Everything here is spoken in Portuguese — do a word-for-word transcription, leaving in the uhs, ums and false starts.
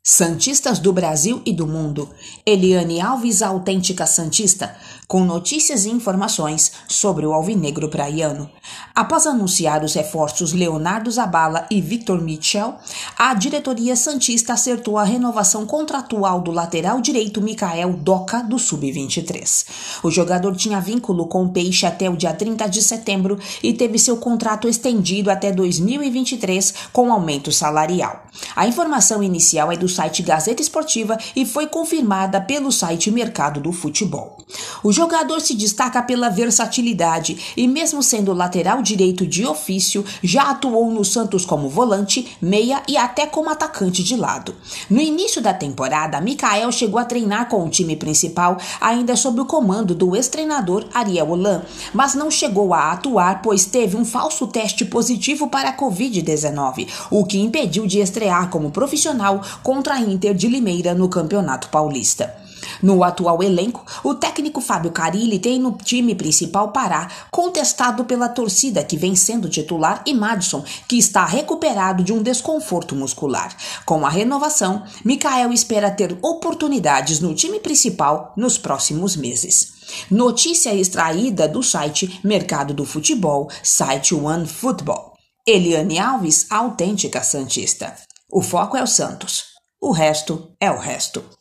Santistas do Brasil e do mundo, Eliane Alves, a autêntica santista, com notícias e informações sobre o alvinegro praiano. Após anunciar os reforços Leonardo Zabala e Victor Mitchell, a diretoria santista acertou a renovação contratual do lateral direito Mikael Doca, do sub vinte e três. O jogador tinha vínculo com o Peixe até o dia trinta de setembro e teve seu contrato estendido até dois mil e vinte e três com aumento salarial. A informação inicial é do site Gazeta Esportiva e foi confirmada pelo site Mercado do Futebol. O jogador se destaca pela versatilidade e, mesmo sendo lateral direito de ofício, já atuou no Santos como volante, meia e até como atacante de lado. No início da temporada, Mikael chegou a treinar com o time principal, ainda sob o comando do ex-treinador Ariel Holan, mas não chegou a atuar, pois teve um falso teste positivo para a covid dezenove, o que impediu de estrear como profissional contra a Inter de Limeira no Campeonato Paulista. No atual elenco, o técnico Fábio Carille tem no time principal Pará, contestado pela torcida que vem sendo titular, e Madison, que está recuperado de um desconforto muscular. Com a renovação, Mikael espera ter oportunidades no time principal nos próximos meses. Notícia extraída do site Mercado do Futebol, site OneFootball. Eliane Alves, autêntica santista. O foco é o Santos. O resto é o resto.